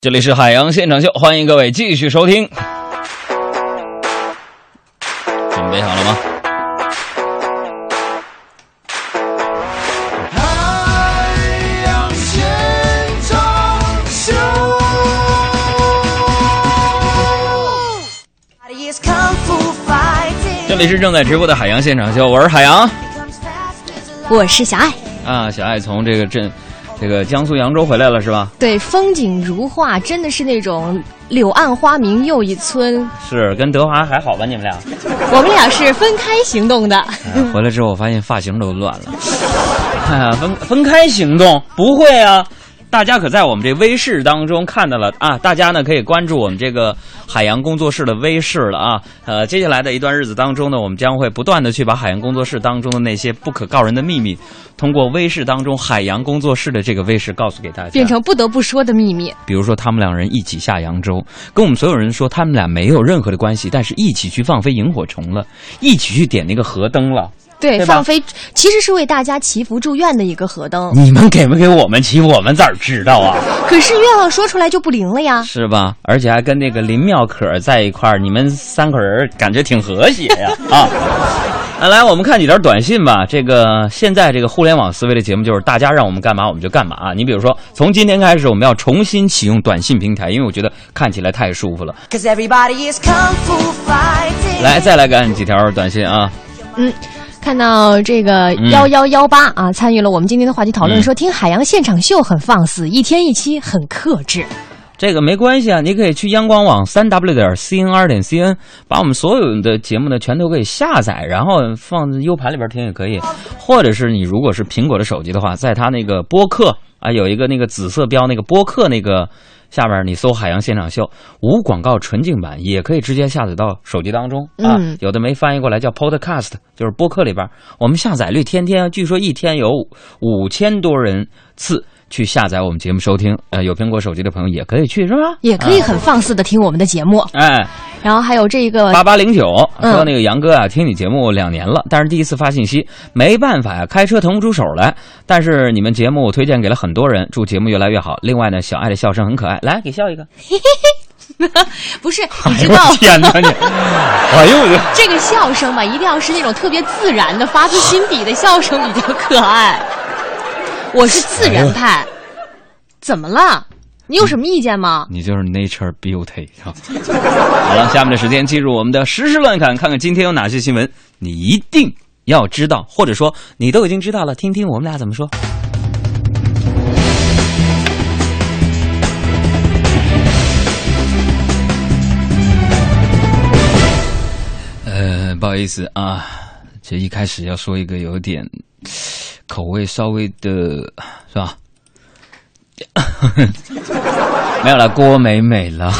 这里是海洋现场秀，欢迎各位继续收听。准备好了吗？ 海洋现场秀。 这里是正在直播的海洋现场秀，我是海洋， 我是小爱啊。小爱从这个江苏扬州回来了是吧？ 对，风景如画，真的是那种柳暗花明又一村。 是跟德华还好吧？你们俩？ 我们俩是分开行动的。 回来之后我发现发型都乱了。分开行动？不会啊。大家可在我们这微视当中看到了啊！大家呢可以关注我们这个海洋工作室的微视了啊。接下来的一段日子当中呢，我们将会不断的去把海洋工作室当中的那些不可告人的秘密，通过微视当中海洋工作室的这个微视告诉给大家， 变成不得不说的秘密。 比如说他们两人一起下扬州，跟我们所有人说他们俩没有任何的关系，但是一起去放飞萤火虫了，一起去点那个河灯了。 对，放飞其实是为大家祈福祝愿的一个河灯。 你们给不给我们祈，我们咋知道啊？ 可是愿望说出来就不灵了呀， 是吧？而且还跟那个林妙可在一块儿，你们三个人感觉挺和谐呀啊！来，我们看几条短信吧。这个现在这个互联网思维的节目就是大家让我们干嘛我们就干嘛啊。你比如说，从今天开始我们要重新启用短信平台，因为我觉得看起来太舒服了。来，再来看几条短信啊。 看到这个1118啊，参与了我们今天的话题讨论，说听海洋现场秀很放肆，一天一期很克制。 这个没关系啊，你可以去央广网3w.cnr.cn 把我们所有的节目呢全都可以下载，然后放在 U 盘里边听也可以，或者是你如果是苹果的手机的话，在它那个播客啊有一个那个紫色标那个播客那个下边你搜海洋现场秀无广告纯净版，也可以直接下载到手机当中啊。有的没翻译过来叫 podcast， 就是播客里边，我们下载率天天据说一天有5000多人次去下载我们节目收听。有苹果手机的朋友也可以去是吧？ 也可以很放肆的听我们的节目。然后还有这个 8809说那个杨哥啊，听你节目2年了，但是第一次发信息，没办法呀，开车腾不出手来。但是你们节目推荐给了很多人，祝节目越来越好。另外呢，小爱的笑声很可爱，来给笑一个。 不是，你知道？ 天哪你！哎呦我的这个笑声吧，一定要是那种特别自然的、发自心底的笑声比较可爱。我是自然派，怎么了？你有什么意见吗？ 你就是 nature beauty。好了，下面的时间进入我们的时事乱侃，看看今天有哪些新闻你一定要知道，或者说你都已经知道了，听听我们俩怎么说。不好意思啊，这一开始要说一个有点口味稍微的是吧？没有了，郭美美了。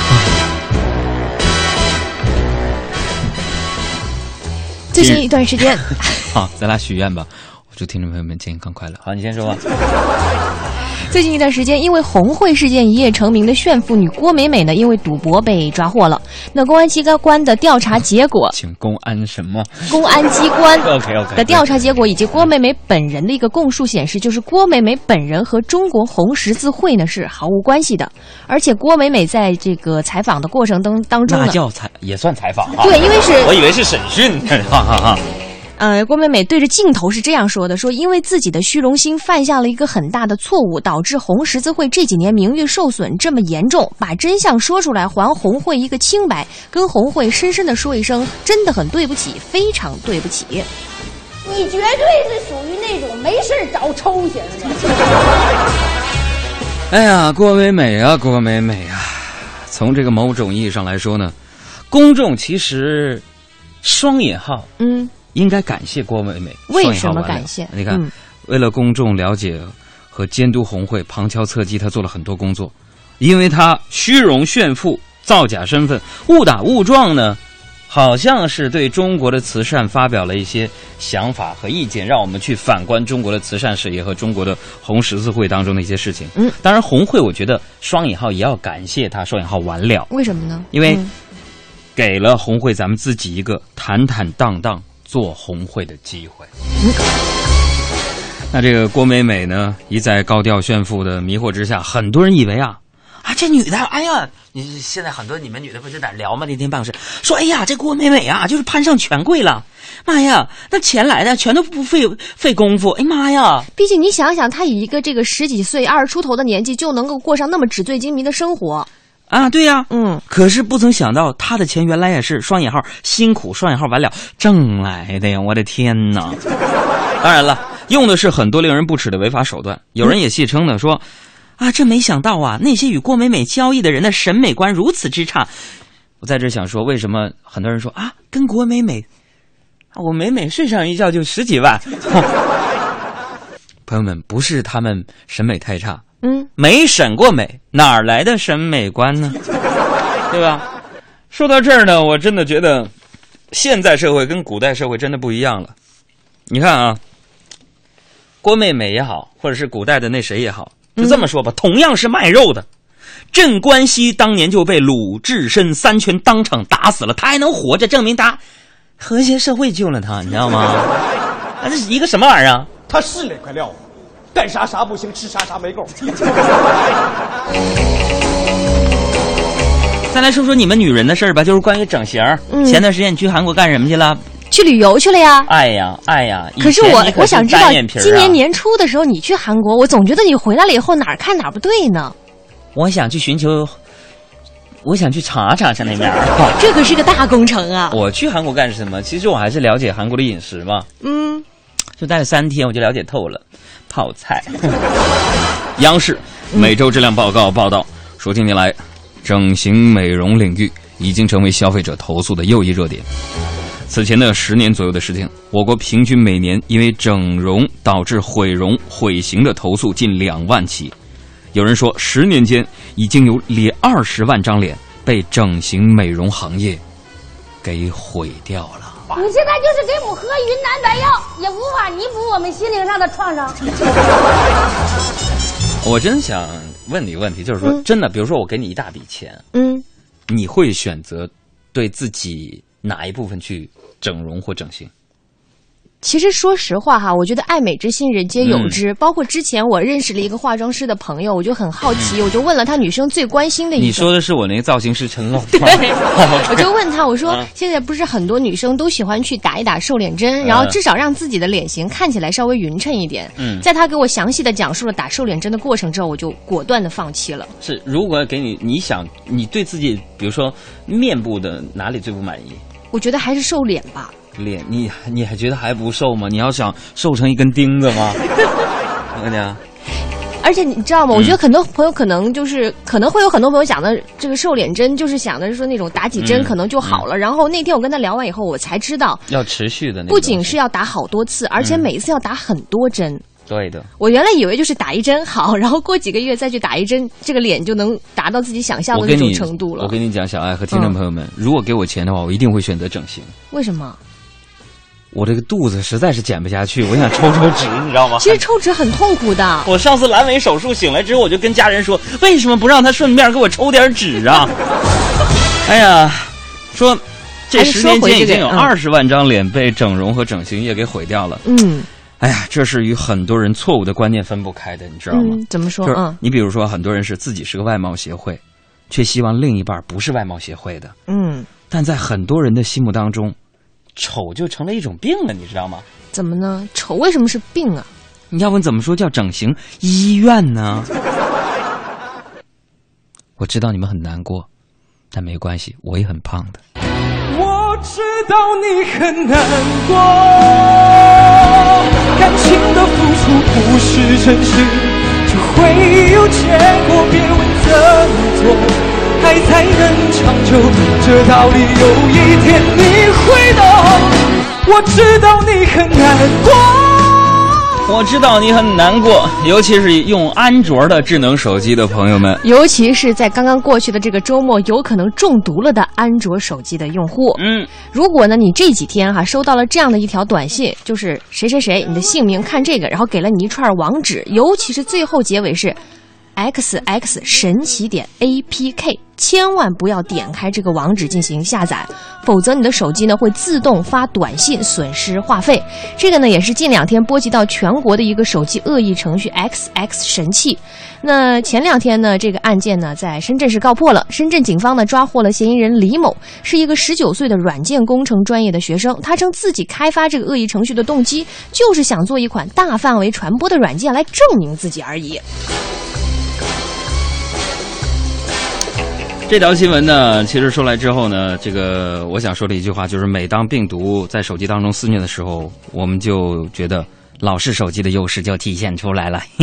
最近一段时间， 好，咱俩许愿吧。我祝听众朋友们健康快乐。好，你先说吧。 最近一段时间，因为红会事件一夜成名的炫富女郭美美呢，因为赌博被抓获了。那公安机关的调查结果， 请公安什么？ 公安机关 OK 的调查结果以及郭美美本人的一个供述显示，就是郭美美本人和中国红十字会呢是毫无关系的。而且郭美美在这个采访的过程当中呢， 那叫也算采访啊？ 对，因为是我以为是审讯，哈哈哈。 郭美美对着镜头是这样说的，说因为自己的虚荣心犯下了一个很大的错误，导致红十字会这几年名誉受损这么严重，把真相说出来，还红会一个清白，跟红会深深的说一声，真的很对不起，非常对不起。 你绝对是属于那种没事找抽型的。 哎呀，郭美美啊，郭美美啊，从这个某种意义上来说呢，公众其实双引号应该感谢郭美美。 为什么感谢？ 你看，为了公众了解和监督红会，旁敲侧击，他做了很多工作。因为他虚荣炫富、造假身份、误打误撞呢，好像是对中国的慈善发表了一些想法和意见，让我们去反观中国的慈善事业和中国的红十字会当中的一些事情。当然红会我觉得双引号也要感谢他，双引号完了。 为什么呢？ 因为给了红会咱们自己一个坦坦荡荡做红会的机会。那这个郭美美呢，一再高调炫富的迷惑之下，很多人以为啊，这女的，哎呀，你现在很多你们女的不是在哪聊吗？那天办公室说，哎呀，这郭美美啊，就是攀上权贵了，妈呀，那钱来的全都不费功夫，哎妈呀！ 毕竟你想想，她以一个这个10几岁、20出头的年纪，就能够过上那么纸醉金迷的生活啊，对呀，可是不曾想到，她的钱原来也是双引号辛苦双引号完了挣来的呀！我的天哪！当然了，用的是很多令人不齿的违法手段，有人也戏称呢说。啊，这没想到啊！那些与郭美美交易的人的审美观如此之差。我在这想说，为什么很多人说啊，跟郭美美，我美美睡上一觉就10几万？朋友们，不是他们审美太差，没审过美，哪儿来的审美观呢？对吧？说到这儿呢，我真的觉得现在社会跟古代社会真的不一样了。你看啊，郭美美也好，或者是古代的那谁也好。就这么说吧，同样是卖肉的，镇关西当年就被鲁智深3拳当场打死了，他还能活着，证明他和谐社会救了他，你知道吗？这是一个什么玩意儿啊？ 他是那块料子，干啥啥不行，吃啥啥没够。 再来说说你们女人的事儿吧，就是关于整形。前段时间你去韩国干什么去了？ 去旅游去了呀！ 哎呀， 可是我想知道，今年年初的时候你去韩国，我总觉得你回来了以后哪儿看哪儿不对呢。 我想去查查那边。 这可是个大工程啊！ 我去韩国干什么？其实我还是了解韩国的饮食嘛。就待了3天，我就了解透了。泡菜。央视每周质量报告报道说，近年来整形美容领域已经成为消费者投诉的又一热点。此前的10年左右的时间，我国平均每年因为整容导致毁容毁形的投诉近2万起。有人说10年间已经有20万张脸被整形美容行业给毁掉了。 你现在就是给我们喝云南白药，也无法弥补我们心灵上的创伤。 我真想问你一个问题，就是说真的，比如说我给你一大笔钱，你会选择对自己哪一部分去整容或整形？ 其实说实话哈，我觉得爱美之心人皆有之。包括之前我认识了一个化妆师的朋友，我就很好奇，我就问了他女生最关心的一个。 你说的是我那个造型师陈总？ 对，我就问他，我说现在不是很多女生都喜欢去打一打瘦脸针，然后至少让自己的脸型看起来稍微匀称一点。在他给我详细的讲述了打瘦脸针的过程之后，我就果断的放弃了。 是，如果给你对自己，比如说面部的哪里最不满意？ 我觉得还是瘦脸吧。 脸，你还觉得还不瘦吗？你要想瘦成一根钉子吗？我跟你讲， 而且你知道吗？我觉得很多朋友可能会有很多朋友讲的这个瘦脸针，就是想的是说那种打几针可能就好了。然后那天我跟他聊完以后，我才知道要持续的， 不仅是要打好多次，而且每一次要打很多针。 对的， 我原来以为就是打一针好，然后过几个月再去打一针，这个脸就能达到自己想象的那种程度了。 我跟你讲，小爱和听众朋友们，如果给我钱的话，我一定会选择整形。 为什么？ 我这个肚子实在是减不下去，我想抽脂，你知道吗？ 其实抽脂很痛苦的。 我上次阑尾手术醒来之后，我就跟家人说，为什么不让他顺便给我抽点脂啊？哎呀，说这10年间已经有20万张脸被整容和整形业给毁掉了。哎呀，这是与很多人错误的观念分不开的，你知道吗？ 怎么说？ 就是你比如说，很多人是自己是个外貌协会，却希望另一半不是外貌协会的。但在很多人的心目当中，丑就成了一种病了，你知道吗？ 怎么呢？丑为什么是病啊？ 你要问怎么说叫整形医院呢？我知道你们很难过，但没关系，我也很胖的。 我知道你很难过，感情的付出不是真心就会有结果，别问怎么做爱才能长久，这道理有一天你会懂。我知道你很难过， 我知道你很难过，尤其是用安卓的智能手机的朋友们， 尤其是在刚刚过去的这个周末有可能中毒了的安卓手机的用户。如果呢你这几天收到了这样的一条短信，就是谁谁谁你的姓名看这个，然后给了你一串网址，尤其是最后结尾是 xx 神奇点 APK， 千万不要点开这个网址进行下载，否则你的手机呢会自动发短信，损失话费。这个呢也是近2天波及到全国的一个手机恶意程序 XX 神器。那前2天呢，这个案件呢在深圳市告破了，深圳警方呢抓获了嫌疑人李某，是一个19岁的软件工程专业的学生。他称自己开发这个恶意程序的动机就是想做一款大范围传播的软件来证明自己而已。 这条新闻呢，其实说来之后呢，这个我想说的一句话就是，每当病毒在手机当中肆虐的时候，我们就觉得老式手机的优势就体现出来了。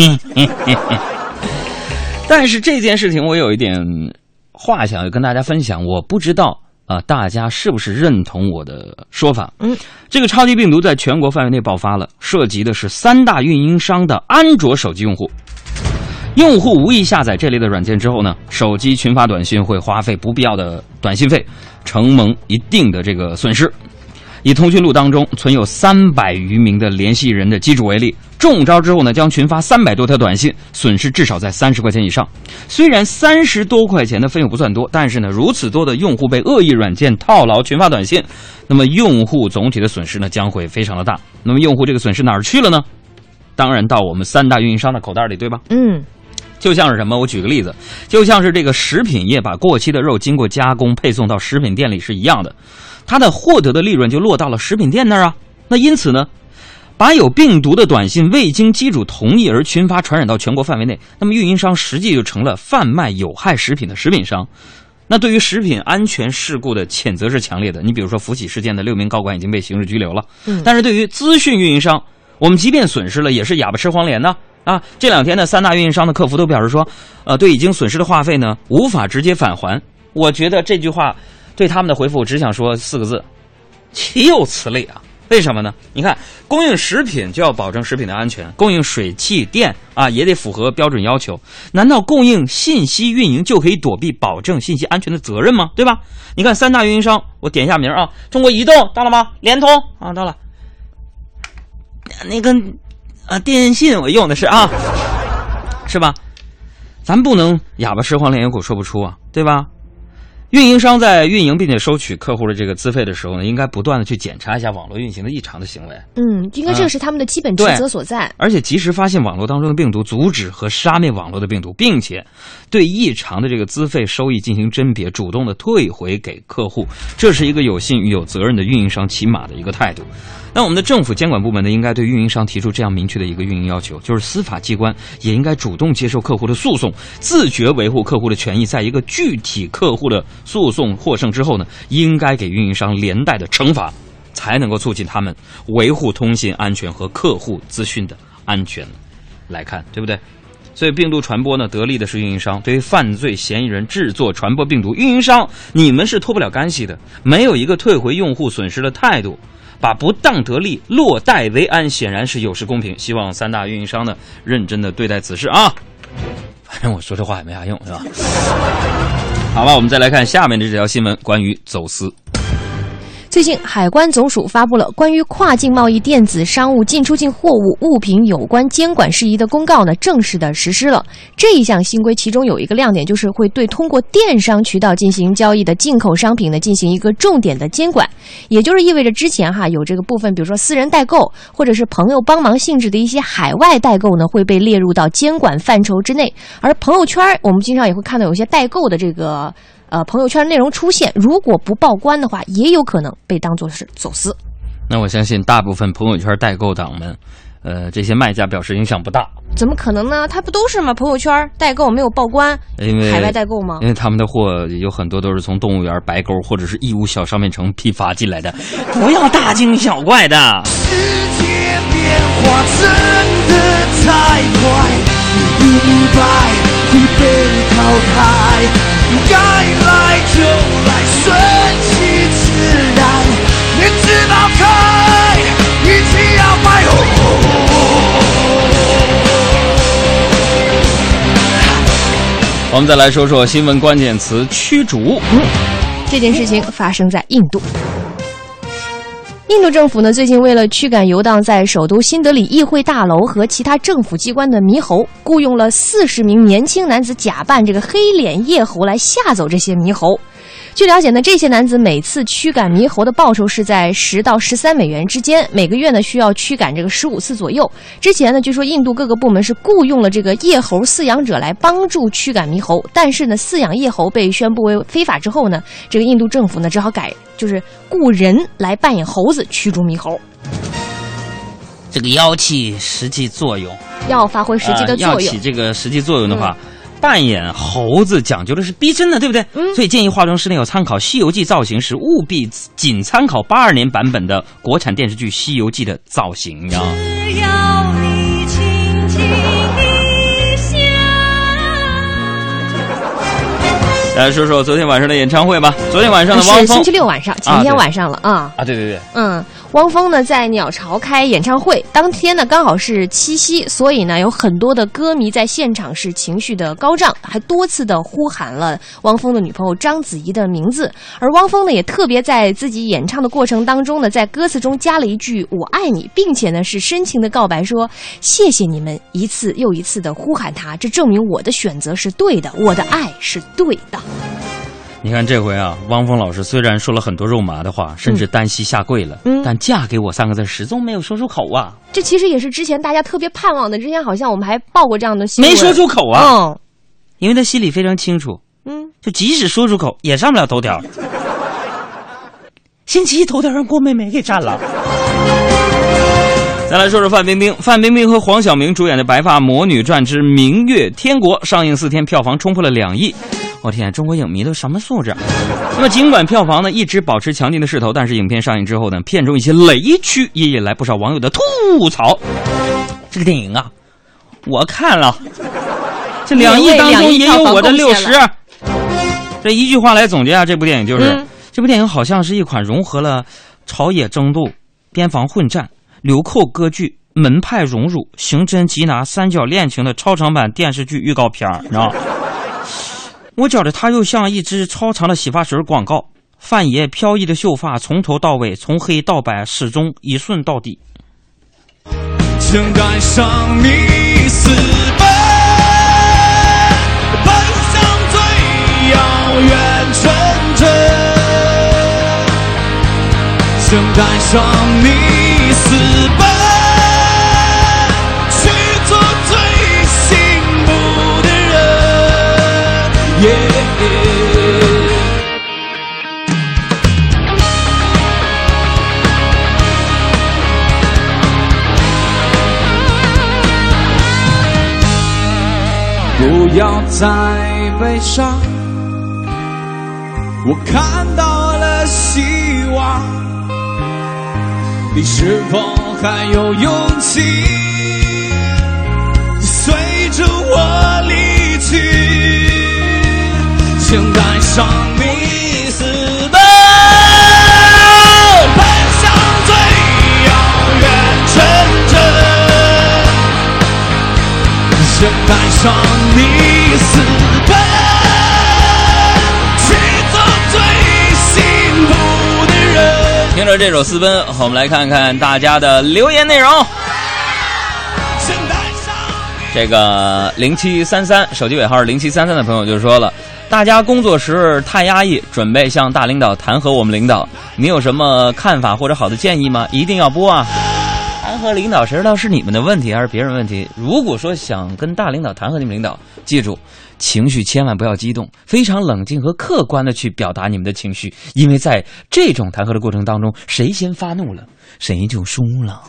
但是这件事情我有一点话想要跟大家分享，我不知道大家是不是认同我的说法？这个超级病毒在全国范围内爆发了，涉及的是3大运营商的安卓手机用户。用户无意下载这类的软件之后呢，手机群发短信会花费不必要的短信费，承蒙一定的这个损失。以通讯录当中存有300余名的联系人的机主为例，中招之后呢，将群发300多条短信，损失至少在30块钱以上。虽然30多块钱的费用不算多，但是呢，如此多的用户被恶意软件套牢群发短信，那么用户总体的损失呢将会非常的大。那么用户这个损失哪儿去了呢？当然到我们3大运营商的口袋里，对吧？就像是什么？我举个例子，就像是这个食品业把过期的肉经过加工配送到食品店里是一样的，它的获得的利润就落到了食品店那儿啊。那因此呢，把有病毒的短信未经机主同意而群发传染到全国范围内，那么运营商实际就成了贩卖有害食品的食品商。那对于食品安全事故的谴责是强烈的。你比如说福喜事件的6名高管已经被刑事拘留了，但是对于资讯运营商，我们即便损失了也是哑巴吃黄连呢。这2天呢，3大运营商的客服都表示说，对已经损失的话费呢，无法直接返还。我觉得这句话对他们的回复，我只想说4个字：岂有此理啊！为什么呢？你看，供应食品就要保证食品的安全，供应水气电也得符合标准要求。难道供应信息运营就可以躲避保证信息安全的责任吗？对吧？你看3大运营商，我点一下名啊，中国移动到了吗？联通到了。那个电信我用的是是吧？咱不能哑巴吃黄连，有口说不出啊，对吧？运营商在运营并且收取客户的这个资费的时候呢，应该不断的去检查一下网络运行的异常的行为。 应该这是他们的基本职责所在。 而且及时发现网络当中的病毒，阻止和杀灭网络的病毒，并且对异常的这个资费收益进行甄别，主动的退回给客户，这是一个有信誉有责任的运营商起码的一个态度。那我们的政府监管部门呢，应该对运营商提出这样明确的一个运营要求，就是司法机关也应该主动接受客户的诉讼，自觉维护客户的权益，在一个具体客户的诉讼获胜之后呢，应该给运营商连带的惩罚，才能够促进他们维护通信安全和客户资讯的安全来看，对不对？所以病毒传播呢，得利的是运营商。对于犯罪嫌疑人制作传播病毒，运营商你们是脱不了干系的，没有一个退回用户损失的态度，把不当得利落袋为安，显然是有失公平。希望3大运营商呢认真的对待此事啊。反正我说这话也没啥用，是吧？好吧，我们再来看下面的这条新闻，关于走私。 最近，海关总署发布了关于跨境贸易电子商务进出境货物物品有关监管事宜的公告呢，正式的实施了。这一项新规其中有一个亮点，就是会对通过电商渠道进行交易的进口商品呢进行一个重点的监管，也就是意味着之前有这个部分，比如说私人代购或者是朋友帮忙性质的一些海外代购呢，会被列入到监管范畴之内。而朋友圈，我们经常也会看到有些代购的这个朋友圈内容出现，如果不报关的话，也有可能被当作是走私。 那我相信大部分朋友圈代购党们，这些卖家表示影响不大。 怎么可能呢？他不都是吗？朋友圈代购没有报关， 因为海外代购吗？ 因为他们的货有很多都是从动物园、白沟或者是义乌小商品城批发进来的，不要大惊小怪的。 世界变化真的太快，你不白会被淘汰。该来就来，顺其自然，连翅膀开，一起摇摆。 我们再来说说新闻关键词驱逐。 这件事情发生在印度。 印度政府呢，最近为了驱赶游荡在首都新德里议会大楼和其他政府机关的猕猴，雇佣了40名年轻男子假扮这个黑脸夜猴来吓走这些猕猴。据了解呢，这些男子每次驱赶猕猴的报酬是在10到13美元之间，每个月呢需要驱赶这个15次左右。之前呢，据说印度各个部门是雇佣了这个夜猴饲养者来帮助驱赶猕猴，但是呢，饲养夜猴被宣布为非法之后呢，这个印度政府呢只好就是雇人来扮演猴子驱逐猕猴。 这个要起实际作用， 要发挥实际的作用， 要起这个实际作用的话。扮演猴子讲究的是逼真的，对不对？所以建议化妆师呢要参考《西游记》造型时，务必仅参考82年版本的国产电视剧《西游记》的造型啊。 只要你轻轻一笑。 来说说昨天晚上的演唱会吧。昨天晚上的汪峰是星期六晚上，前天晚上了啊。 对对对。 汪峰呢在鸟巢开演唱会，当天呢刚好是七夕，所以呢有很多的歌迷在现场是情绪的高涨，还多次的呼喊了汪峰的女朋友章子怡的名字。而汪峰呢也特别在自己演唱的过程当中呢，在歌词中加了一句“我爱你”，并且呢是深情的告白说：“谢谢你们一次又一次的呼喊他，这证明我的选择是对的，我的爱是对的。” 你看这回啊，汪峰老师虽然说了很多肉麻的话，甚至单膝下跪了，但嫁给我3个字始终没有说出口啊。 这其实也是之前大家特别盼望的，之前好像我们还报过这样的新闻， 没说出口啊。因为他心里非常清楚，就即使说出口也上不了头条。星期一头条让郭美美给占了。再来说说范冰冰，范冰冰和黄晓明主演的《白发魔女传之明月天国》上映4天，票房冲破了2亿。我天，中国影迷都什么素质？那么尽管票房呢一直保持强劲的势头，但是影片上映之后呢，片中一些雷区也引来不少网友的吐槽。这个电影啊，我看了，这2亿当中也有我的60。这一句话来总结啊，这部电影就是，这部电影好像是一款融合了朝野争斗、边防混战、流寇割据、门派荣辱、刑侦缉拿、三角恋情的超长版电视剧预告片，你知道吗？我觉得它又像一支超长的洗发水广告，范爷飘逸的秀发从头到尾，从黑到白，始终一顺到底。 请带上你私奔，奔向最遥远城镇。请带上你私奔，去做最幸福的人。不要再悲伤，我看到了希望。你是否还有勇气随着我离去？请带上你私奔，奔向最遥远城镇。请带上你私奔，去做最幸福的人。 听着这首《私奔》，我们来看看大家的留言内容。这个0733手机尾号是0733的朋友就说了，大家工作时太压抑，准备向大领导弹劾我们领导，你有什么看法或者好的建议吗？一定要播啊！弹劾领导谁知道是你们的问题还是别人问题？如果说想跟大领导弹劾你们领导，记住情绪千万不要激动，非常冷静和客观的去表达你们的情绪，因为在这种弹劾的过程当中，谁先发怒了谁就输了。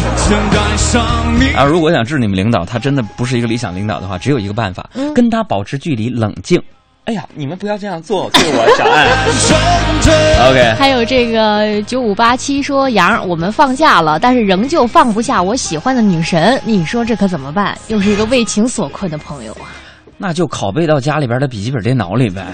而如果想治你们领导他真的不是一个理想领导的话，只有一个办法，跟他保持距离，冷静。哎呀，你们不要这样做，对我小爱。OK， 还有这个9587说，杨，我们放假了，但是仍旧放不下我喜欢的女神，你说这可怎么办？又是一个为情所困的朋友啊。 那就拷贝到家里边的笔记本电脑里呗。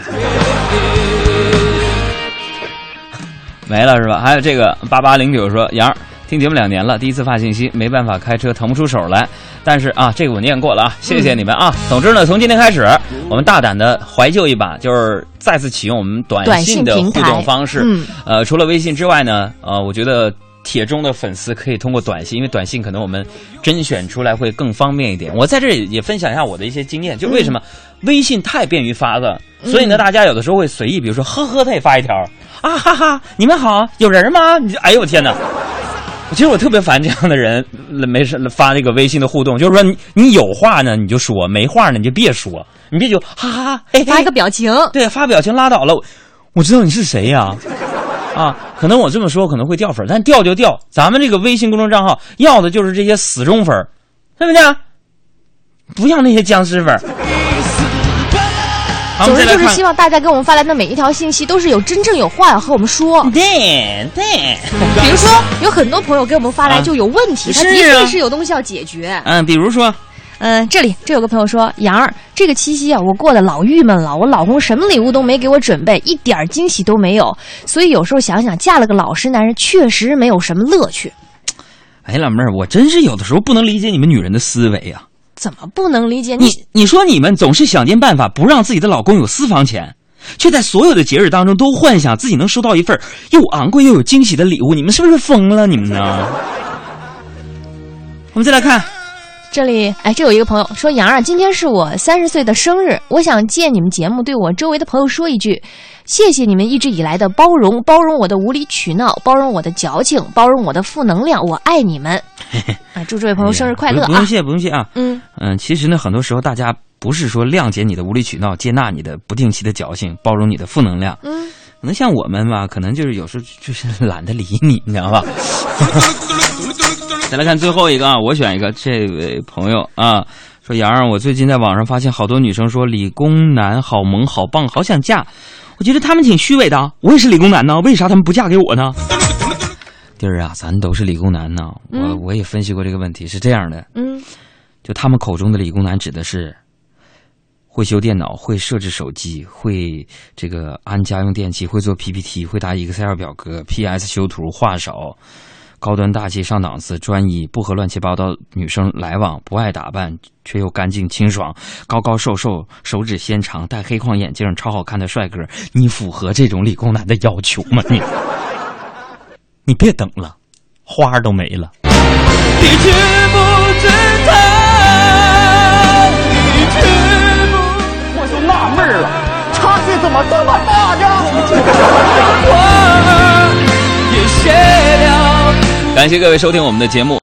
没了是吧？还有这个8809说，杨听节目2年了，第一次发信息，没办法开车腾不出手来，但是啊，这个我念过了啊，谢谢你们啊。总之呢，从今天开始，我们大胆的怀旧一把，就是再次启用我们短信的互动方式。除了微信之外呢，我觉得铁中的粉丝可以通过短信，因为短信可能我们甄选出来会更方便一点。我在这里也分享一下我的一些经验，就为什么微信太便于发了，所以呢，大家有的时候会随意，比如说呵呵，他也发一条啊哈哈，你们好，有人吗？你哎呦我天哪！其实我特别烦这样的人，没事发那个微信的互动，就是说你有话呢你就说，没话呢你就别说，你别就哈哈哈，嘿嘿发一个表情， 对，发表情拉倒了。我知道你是谁呀，啊，可能我这么说可能会掉粉，但掉就掉。咱们这个微信公众账号要的就是这些死忠粉，对不对？不要那些僵尸粉。 总之就是希望大家给我们发来的每一条信息都是有真正有话要和我们说。 对。 比如说有很多朋友给我们发来就有问题，他的确是有东西要解决。 比如说。 这有个朋友说，杨儿，这个七夕啊，我过得老郁闷了，我老公什么礼物都没给我准备，一点惊喜都没有，所以有时候想想，嫁了个老实男人确实没有什么乐趣。 哎，老妹儿，我真是有的时候不能理解你们女人的思维啊！ 怎么不能理解？ 你说你们总是想尽办法不让自己的老公有私房钱，却在所有的节日当中都幻想自己能收到一份又昂贵又有惊喜的礼物，你们是不是疯了？你们呢？我们再来看。 这里，这有一个朋友说，杨儿，今天是我30岁的生日，我想借你们节目对我周围的朋友说一句，谢谢你们一直以来的包容，包容我的无理取闹，包容我的矫情，包容我的负能量，我爱你们。祝这位朋友生日快乐啊！ 不用谢啊。其实呢，很多时候大家不是说谅解你的无理取闹，接纳你的不定期的矫情，包容你的负能量。可能像我们吧，可能就是有时候就是懒得理你，你知道吧？再来看最后一个啊，我选一个，这位朋友啊说，杨儿，我最近在网上发现好多女生说理工男好萌好棒好想嫁，我觉得他们挺虚伪的，我也是理工男呢，为啥他们不嫁给我呢？弟儿啊，咱都是理工男呢，我也分析过这个问题，是这样的，就他们口中的理工男指的是会修电脑，会设置手机，会这个安家用电器，会做 PPT， 会打 Excel 表格， PS 修图，话少，高端大气上档次，专一，不和乱七八糟女生来往，不爱打扮却又干净清爽，高高瘦瘦，手指纤长，戴黑框眼镜，超好看的帅哥，你符合这种理工男的要求吗？你别等了，花都没了。你知不知道？你知不？ 我就纳闷了，差距怎么这么大呢？ 感谢各位收听我们的节目。